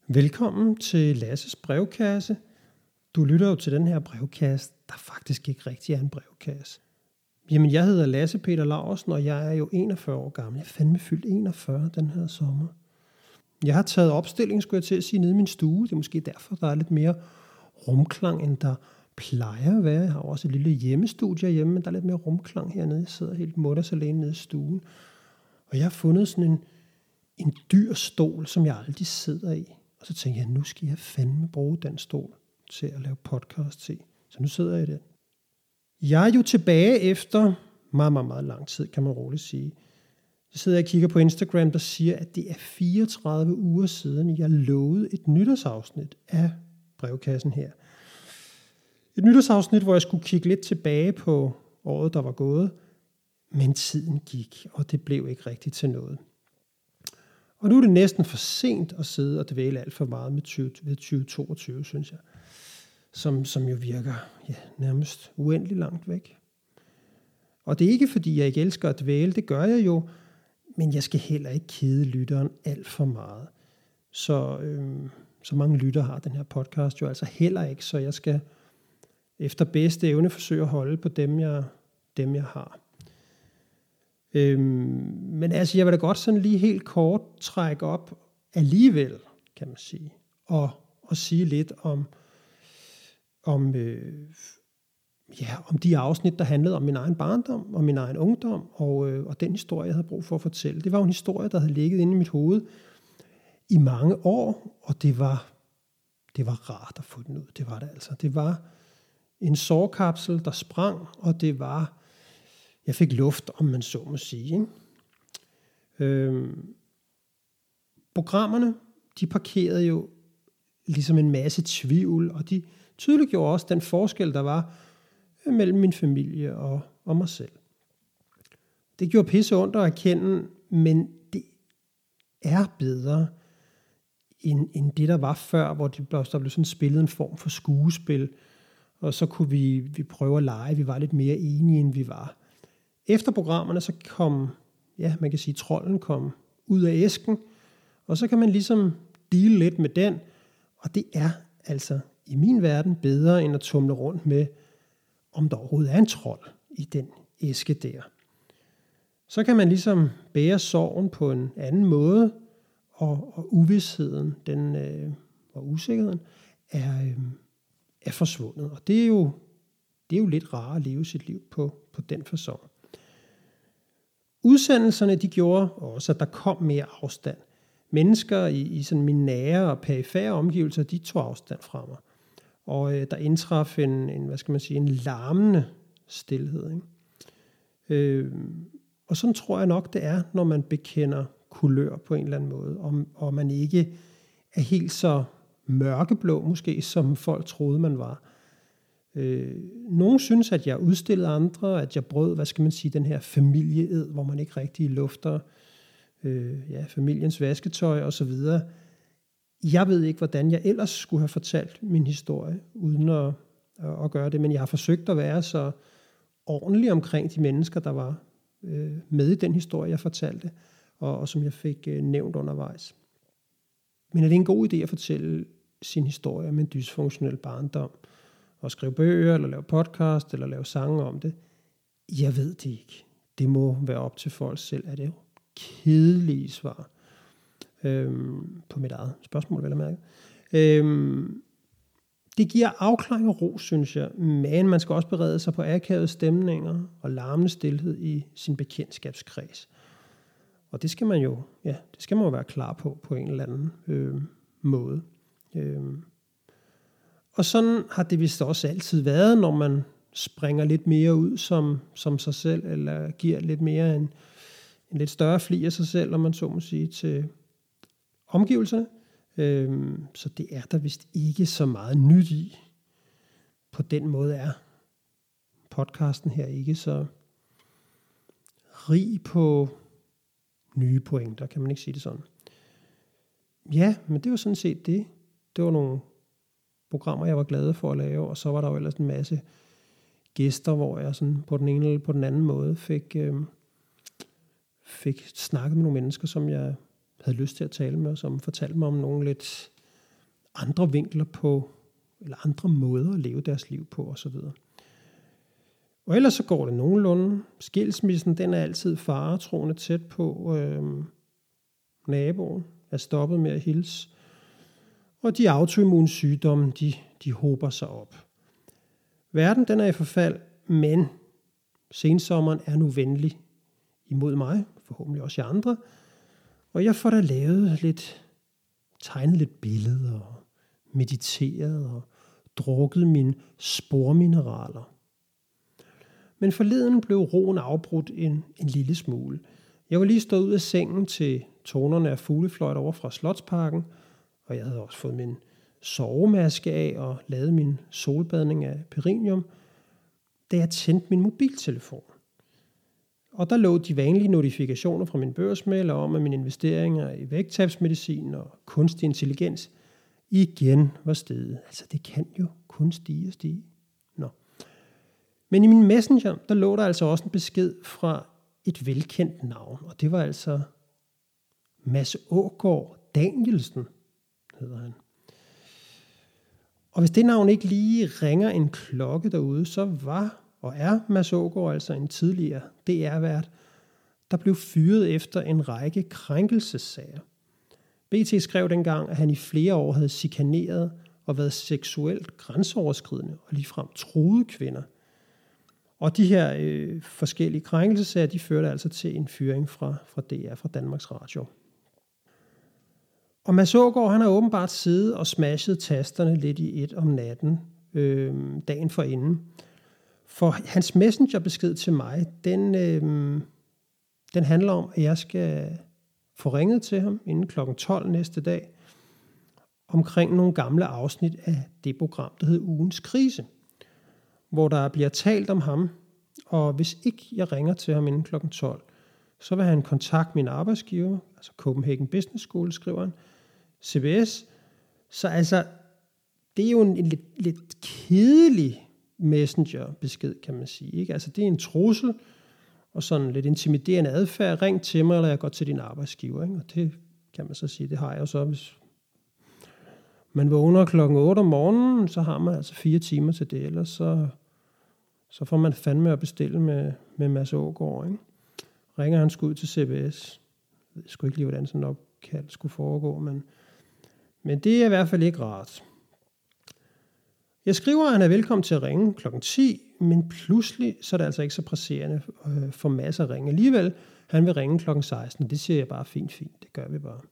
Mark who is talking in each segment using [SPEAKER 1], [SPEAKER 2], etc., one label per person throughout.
[SPEAKER 1] Velkommen til Lasses brevkasse. Du lytter jo til den her brevkasse, der faktisk ikke rigtig er en brevkasse. Jamen, jeg hedder Lasse Peter Laursen, og jeg er jo 41 år gammel. Jeg er fandme fyldt 41 den her sommer. Jeg har taget opstilling, skulle jeg til at sige, nede i min stue. Det er måske derfor, der er lidt mere rumklang, end der plejer at være. Jeg har også et lille hjemmestudie hjemme, men der er lidt mere rumklang hernede. Jeg sidder helt mutters alene nede i stuen. Og jeg har fundet sådan en dyr stol, som jeg aldrig sidder i. Og så tænkte jeg, nu skal jeg fandme bruge den stol til at lave podcast til. Så nu sidder jeg i den. Jeg er jo tilbage efter meget, meget, meget lang tid, kan man roligt sige. Så sidder jeg og kigger på Instagram, der siger, at det er 34 uger siden, jeg lovede et nytårsafsnit af brevkassen her. Et nytårsafsnit, hvor jeg skulle kigge lidt tilbage på året, der var gået. Men tiden gik, og det blev ikke rigtigt til noget. Og nu er det næsten for sent at sidde og dvæle alt for meget med 2022, synes jeg. Som jo virker nærmest uendelig langt væk. Og det er ikke, fordi jeg ikke elsker at dvæle, det gør jeg jo, men jeg skal heller ikke kede lytteren alt for meget. Så mange lyttere har den her podcast jo altså heller ikke, så jeg skal efter bedste evne forsøge at holde på dem jeg har. Men altså, jeg vil da godt sådan lige helt kort trække op alligevel, kan man sige, og sige lidt om de afsnit, der handlede om min egen barndom og min egen ungdom, og den historie, jeg havde brug for at fortælle. Det var jo en historie, der havde ligget inde i mit hoved i mange år, og det var rart at få den ud. Det var det altså. Det var en sårkapsel, der sprang, og det var, jeg fik luft, om man så må sige. Programmerne, de parkerede jo ligesom en masse tvivl, og de tydeliggjorde også den forskel, der var mellem min familie og mig selv. Det gjorde pisse ondt at erkende, men det er bedre end det, der var før, hvor der blev sådan spillet en form for skuespil, og så kunne vi prøve at lege. Vi var lidt mere enige, end vi var. Efter programmerne, så kom, man kan sige, trolden kom ud af æsken, og så kan man ligesom deale lidt med den, og det er altså i min verden bedre, end at tumle rundt med, om der overhovedet er en trold i den æske der. Så kan man ligesom bære sorgen på en anden måde, og uvidsheden og usikkerheden er forsvundet. Og det er jo lidt rart at leve sit liv på den facon. Udsendelserne, de gjorde også, at der kom mere afstand. Mennesker i sådan mine nære og perifære omgivelser, de tog afstand fra mig. Og der indtraf en larmende stilhed. Ikke? Og sådan tror jeg nok, det er, når man bekender kulør på en eller anden måde, og man ikke er helt så mørkeblå, måske, som folk troede, man var. Nogle synes, at jeg udstillede andre, at jeg brød, den her familieed, hvor man ikke rigtig lufter familiens vasketøj og så videre. Jeg ved ikke, hvordan jeg ellers skulle have fortalt min historie, uden at gøre det, men jeg har forsøgt at være så ordentlig omkring de mennesker, der var med i den historie, jeg fortalte, og som jeg fik nævnt undervejs. Men er det en god idé at fortælle sin historie om en dysfunktionel barndom, og skrive bøger, eller lave podcast, eller lave sange om det? Jeg ved det ikke. Det må være op til folk selv. Er det jo kedelige svar på mit eget spørgsmål, vel at mærke. Det giver afklaring og ro, synes jeg, men man skal også berede sig på akavede stemninger og larmende stilhed i sin bekendtskabskreds. Og det skal man jo være klar på en eller anden måde. Og sådan har det vist også altid været, når man springer lidt mere ud som sig selv, eller giver lidt mere en lidt større fli af sig selv, om man så må sige, til omgivelserne. Så det er der vist ikke så meget nyt i. På den måde er podcasten her ikke så rig på nye pointer, kan man ikke sige det sådan. Ja, men det var sådan set det. Det var nogle programmer, jeg var glad for at lave, og så var der jo ellers en masse gæster, hvor jeg sådan på den ene eller på den anden måde fik snakket med nogle mennesker, som jeg havde lyst til at tale med, og som fortalte mig om nogle lidt andre vinkler på, eller andre måder at leve deres liv på osv. Og ellers så går det nogenlunde. Skilsmissen, den er altid faretroende tæt på. Naboen er stoppet med at hilse. Og de autoimmune sygdomme, de hober sig op. Verden, den er i forfald, men sensommeren er nu venlig imod mig, forhåbentlig også jer andre. Og jeg får da tegnet lidt billeder, og mediteret og drukket mine spormineraler. Men forleden blev roen afbrudt en lille smule. Jeg var lige stået ud af sengen til tonerne af fuglefløjt over fra Slotsparken, og jeg havde også fået min sovemaske af og lavet min solbadning af perinium, da jeg tændte min mobiltelefon. Og der lå de vanlige notifikationer fra min børsmægler om, at mine investeringer i vægttabsmedicin og kunstig intelligens igen var steget. Altså det kan jo kun stige og stige. Nå. Men i min messenger, der lå der altså også en besked fra et velkendt navn, og det var altså Mads Aagaard Danielsen, hedder han. Og hvis det navn ikke lige ringer en klokke derude, så var og er Mads Aagaard altså en tidligere DR-vært, der blev fyret efter en række krænkelsessager. BT skrev dengang, at han i flere år havde chikaneret og været seksuelt grænseoverskridende og ligefrem truede kvinder. Og de her forskellige krænkelsesager, de førte altså til en fyring fra DR, fra Danmarks Radio. Og Mads Aagaard, han har åbenbart siddet og smashet tasterne lidt i et om natten, dagen forinden. For hans messengerbesked til mig, den handler om, at jeg skal få ringet til ham inden kl. 12 næste dag, omkring nogle gamle afsnit af det program, der hedder Ugens Krise, hvor der bliver talt om ham, og hvis ikke jeg ringer til ham inden kl. 12, så vil han kontakte min arbejdsgiver, altså Copenhagen Business School, skriver han, CBS. Så altså, det er jo en lidt kedelig messengerbesked, kan man sige. Ikke? Altså, det er en trussel og sådan lidt intimiderende adfærd. Ring til mig, eller jeg går til din arbejdsgiver. Ikke? Og det kan man så sige, det har jeg jo så, hvis man vågner klokken 8 om morgenen, så har man altså 4 timer til det, ellers så får man fandme at bestille med Mads Aagaard. Ikke? Ringer han sgu ud til CBS. Jeg ved sgu ikke lige, hvordan sådan en opkald skulle foregå, men det er i hvert fald ikke rart. Jeg skriver, at han er velkommen til at ringe kl. 10, men pludselig så er det altså ikke så presserende for Mads at ringe alligevel. Han vil ringe kl. 16, det siger jeg bare fint, det gør vi bare.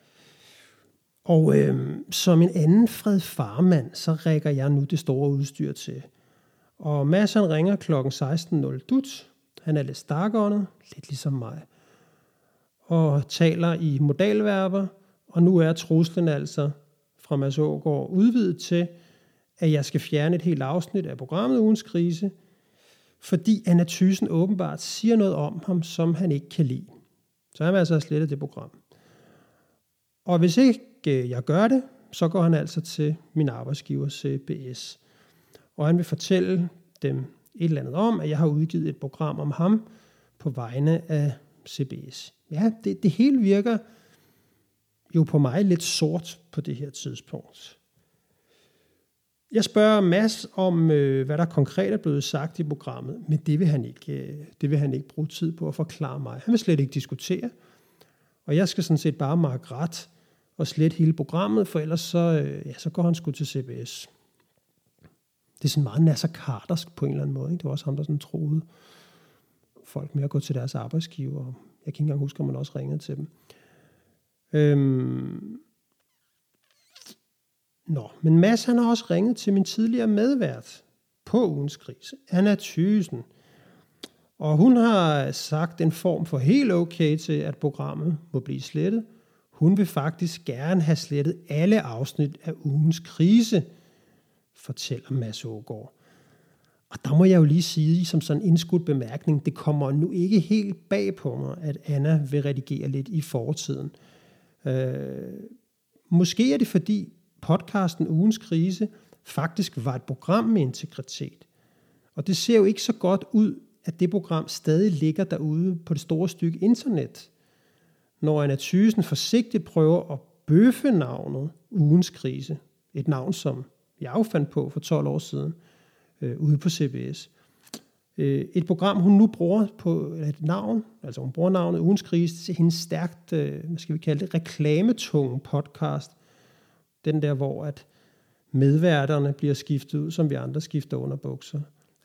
[SPEAKER 1] Og som en anden Fred Farmand, så rækker jeg nu det store udstyr til. Og Mads han ringer kl. 16.00 dut. Han er lidt stakåndet, lidt ligesom mig. Og taler i modalverber, og nu er truslen altså fra Mads Aagaard udvidet til, at jeg skal fjerne et helt afsnit af programmet Ugens Krise, fordi Anna Thyssen åbenbart siger noget om ham, som han ikke kan lide. Så han vil altså have slettet det program. Og hvis ikke jeg gør det, så går han altså til min arbejdsgiver CBS. Og han vil fortælle dem et eller andet om, at jeg har udgivet et program om ham på vegne af CBS. Ja, det hele virker jo på mig lidt sort på det her tidspunkt. Jeg spørger Mads om, hvad der konkret er blevet sagt i programmet, men det vil han ikke bruge tid på at forklare mig. Han vil slet ikke diskutere, og jeg skal sådan set bare markere ret og slette hele programmet, for ellers så går han sgu til CBS. Det er sådan meget Nasser Cartersk på en eller anden måde. Ikke? Det var også ham, der sådan troede folk med at gå til deres arbejdsgiver. Jeg kan ikke engang huske, om man også ringede til dem. Men Mads han har også ringet til min tidligere medvært på Ugens Krise, Anna Thyssen. Og hun har sagt en form for helt okay til, at programmet må blive slettet. Hun vil faktisk gerne have slettet alle afsnit af Ugens Krise, fortæller Mads Aagaard. Og der må jeg jo lige sige, som sådan en indskudt bemærkning, det kommer nu ikke helt bag på mig, at Anna vil redigere lidt i fortiden. Måske er det fordi podcasten Ugens Krise faktisk var et program med integritet. Og det ser jo ikke så godt ud, at det program stadig ligger derude på det store stykke internet. Når Anna Thyssen forsigtigt prøver at bøffe navnet Ugens Krise, et navn, som jeg jo fandt på for 12 år siden, ude på CBS. Et program, hun nu bruger på et navn, altså hun bruger navnet Ugens Krise til hendes stærkt, hvad skal vi kalde det, reklametunge podcast. Den der, hvor at medværterne bliver skiftet ud, som vi andre skifter under bukser.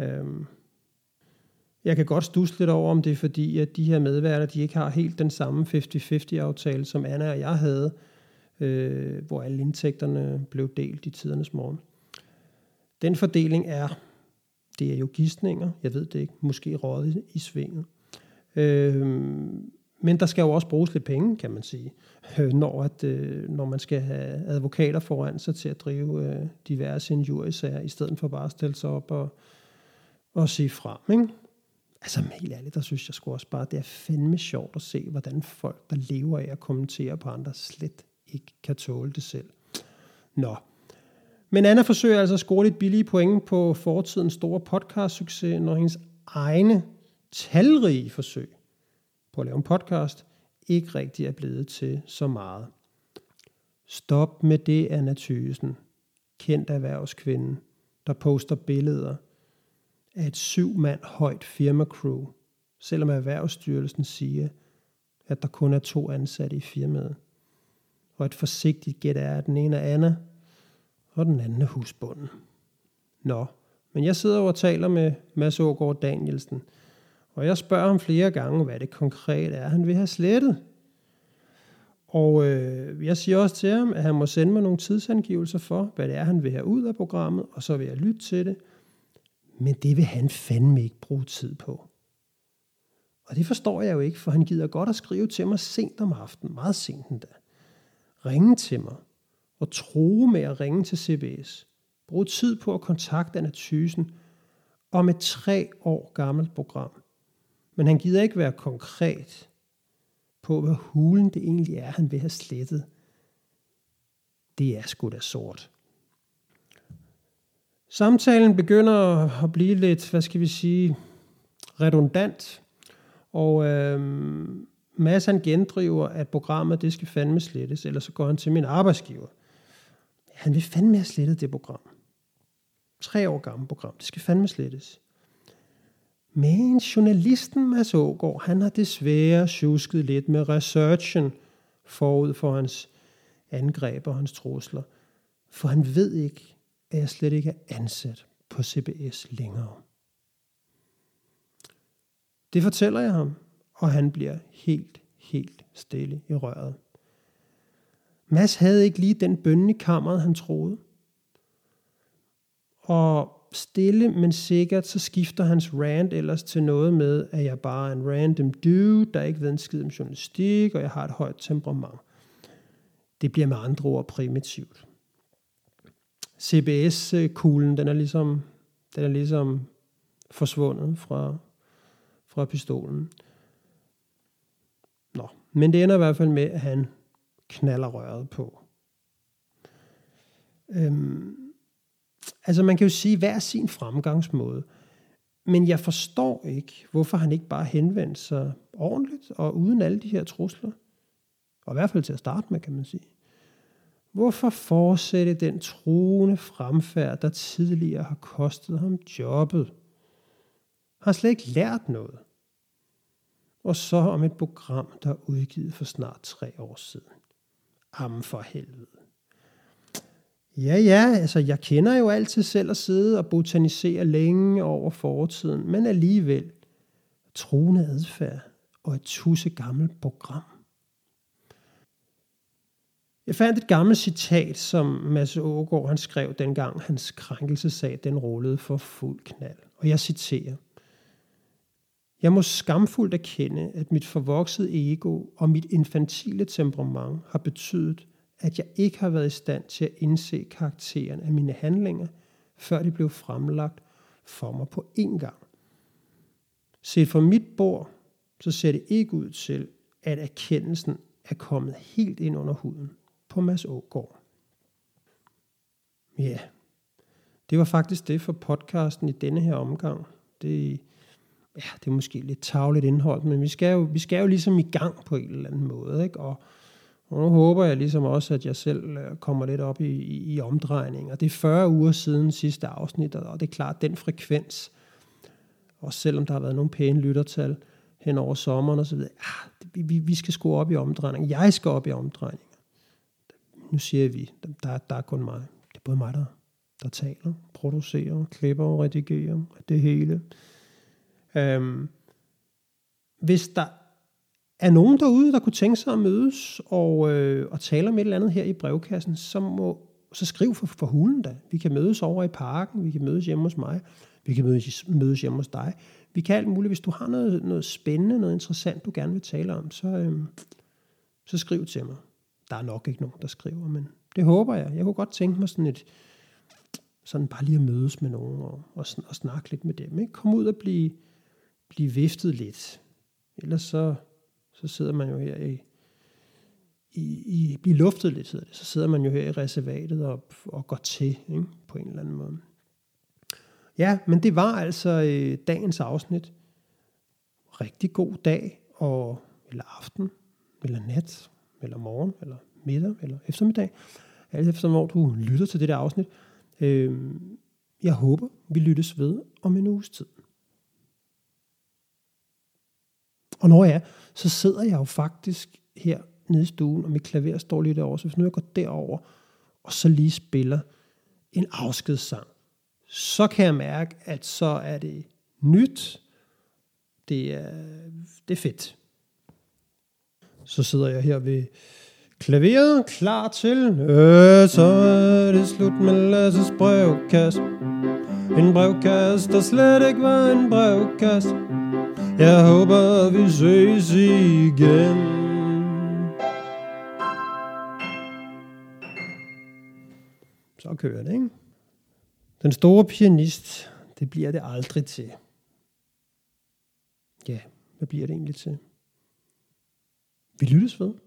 [SPEAKER 1] Jeg kan godt stusse lidt over, om det er fordi, at de her medværter, de ikke har helt den samme 50-50-aftale, som Anna og jeg havde, hvor alle indtægterne blev delt i tidernes morgen. Den fordeling det er jo gidsninger, jeg ved det ikke, måske røget i svinget. Men der skal jo også bruges lidt penge, kan man sige, når man skal have advokater foran sig til at drive diverse injuriesager, i stedet for bare at stille sig op og sige frem, ikke? Altså helt ærligt, der synes jeg sgu også bare, det er fandme sjovt at se, hvordan folk, der lever af at kommentere på andre, slet ikke kan tåle det selv. Nå. Men Anna forsøger altså at score lidt billige point på fortidens store podcast-succes, når hendes egne talrige forsøg på at lave en podcast ikke rigtig er blevet til så meget. Stop med det, Anna Thygesen, kendt erhvervskvinde, der poster billeder af et 7-mand højt firmacrew, selvom Erhvervsstyrelsen siger, at der kun er 2 ansatte i firmaet. Og et forsigtigt gæt er, at den ene er Anna, og den anden er husbunden. Nå, men jeg sidder og taler med Mads Aagaard Danielsen, og jeg spørger ham flere gange, hvad det konkret er, han vil have slettet. Og jeg siger også til ham, at han må sende mig nogle tidsangivelser for, hvad det er, han vil have ud af programmet, og så vil jeg lytte til det. Men det vil han fandme ikke bruge tid på. Og det forstår jeg jo ikke, for han gider godt at skrive til mig sent om aftenen, meget sent endda. Ringe til mig og true med at ringe til CBS. Brug tid på at kontakte Anna Thygesen om et 3 år gammelt program. Men han gider ikke være konkret på, hvad hulen det egentlig er, han vil have slettet. Det er sgu da sort. Samtalen begynder at blive lidt, hvad skal vi sige, redundant. Og Mads han gendriver, at programmet det skal fandme slettes, eller så går han til min arbejdsgiver. Han vil fandme have slettet det program. 3 år gammelt program, det skal fandme slettes. Men journalisten Mads Aagaard, han har desværre sjusket lidt med researchen forud for hans angreb og hans trusler. For han ved ikke, at jeg slet ikke er ansat på CBS længere. Det fortæller jeg ham, og han bliver helt stille i røret. Mads havde ikke lige den bønne i kammeret, han troede. Og stille, men sikkert, så skifter hans rant ellers til noget med, at jeg bare er en random dude, der ikke ved en skid om journalistik, og jeg har et højt temperament. Det bliver med andre ord primitivt. CBS-kuglen, den er ligesom forsvundet fra pistolen. Nå, men det ender i hvert fald med, at han knaller røret på. Altså man kan jo sige hver sin fremgangsmåde, men jeg forstår ikke, hvorfor han ikke bare henvendte sig ordentligt og uden alle de her trusler. Og i hvert fald til at starte med, kan man sige. Hvorfor fortsætte den truende fremfærd, der tidligere har kostet ham jobbet? Han har slet ikke lært noget. Og så om et program, der er udgivet for snart 3 år siden. Jamen for helvede. Ja, altså jeg kender jo altid selv at sidde og botanisere længe over fortiden, men alligevel truende adfærd og et tusse gammelt program. Jeg fandt et gammelt citat, som Mads Aagaard han skrev dengang hans krænkelsessag den rullede for fuld knald. Og jeg citerer: Jeg må skamfuldt erkende, at mit forvoksede ego og mit infantile temperament har betydet, at jeg ikke har været i stand til at indse karakteren af mine handlinger, før de blev fremlagt for mig på én gang. Set fra mit bord, så ser det ikke ud til, at erkendelsen er kommet helt ind under huden på Mads Aagaard. Ja, det var faktisk det for podcasten i denne her omgang. Det er måske lidt tarveligt indhold, men vi skal jo ligesom i gang på en eller anden måde, ikke? Og Og nu håber jeg ligesom også, at jeg selv kommer lidt op i omdrejninger. Det er 40 uger siden sidste afsnit, og det er klart, den frekvens, også selvom der har været nogle pæne lyttertal hen over sommeren og så videre, vi skal sgu op i omdrejninger. Jeg skal op i omdrejninger. Nu siger vi, der er kun mig. Det er både mig, der taler, producerer, klipper og redigerer. Det hele. Hvis der er nogen derude, der kunne tænke sig at mødes og tale om et eller andet her i brevkassen, så skriv for hulen da. Vi kan mødes over i parken, vi kan mødes hjemme hos mig, vi kan mødes hjemme hos dig. Vi kan alt muligt. Hvis du har noget spændende, noget interessant, du gerne vil tale om, så skriv til mig. Der er nok ikke nogen, der skriver, men det håber jeg. Jeg kunne godt tænke mig sådan bare lige at mødes med nogen og snakke lidt med dem. Ikke? Kom ud og blive viftet lidt. Ellers så sidder man jo her blive luftet lidt, hedder det. Så sidder man jo her i reservatet og går til, ikke? På en eller anden måde. Ja, men det var altså dagens afsnit. Rigtig god dag, eller aften, eller nat, eller morgen, eller middag, eller eftermiddag. Alt efter, hvor du lytter til det der afsnit. Jeg håber, vi lyttes ved om en uges tid. Og når så sidder jeg jo faktisk her nede i stuen, og mit klaver står lige derovre. Så hvis nu jeg går derover og så lige spiller en afskedssang, så kan jeg mærke, at så er det nyt. Det er fedt. Så sidder jeg her ved klaveret, klar til. Så er det slut med Lasses brevkast. En brevkast, der slet ikke var en brevkast. Jeg håber, vi ses igen. Så kører det, ikke? Den store pianist, det bliver det aldrig til. Ja, hvad bliver det egentlig til? Vi lyttes ved.